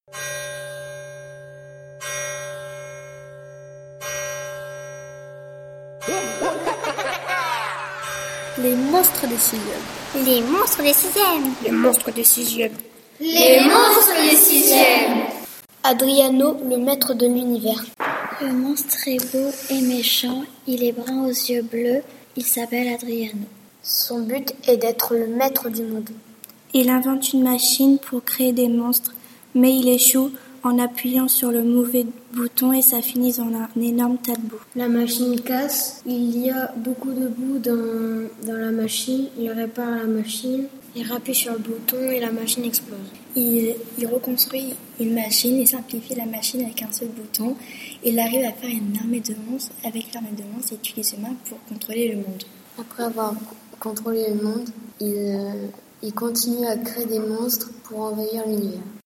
Les monstres des sixièmes. Les monstres des sixièmes. Les monstres des sixièmes. Les monstres des sixièmes. Adriano, le maître de l'univers. Le monstre est beau et méchant, il est brun aux yeux bleus, il s'appelle Adriano. Son but est d'être le maître du monde. Il invente une machine pour créer des monstres, mais il échoue en appuyant sur le mauvais bouton et ça finit dans un énorme tas de boue. La machine casse, il y a beaucoup de boue dans la machine, il répare la machine, il appuie sur le bouton et la machine explose. Il reconstruit une machine et simplifie la machine avec un seul bouton. Il arrive à faire une armée de monstres. Avec l'armée de monstres, il utilise les mains pour contrôler le monde. Après avoir contrôlé le monde, il continue à créer des monstres pour envahir l'univers.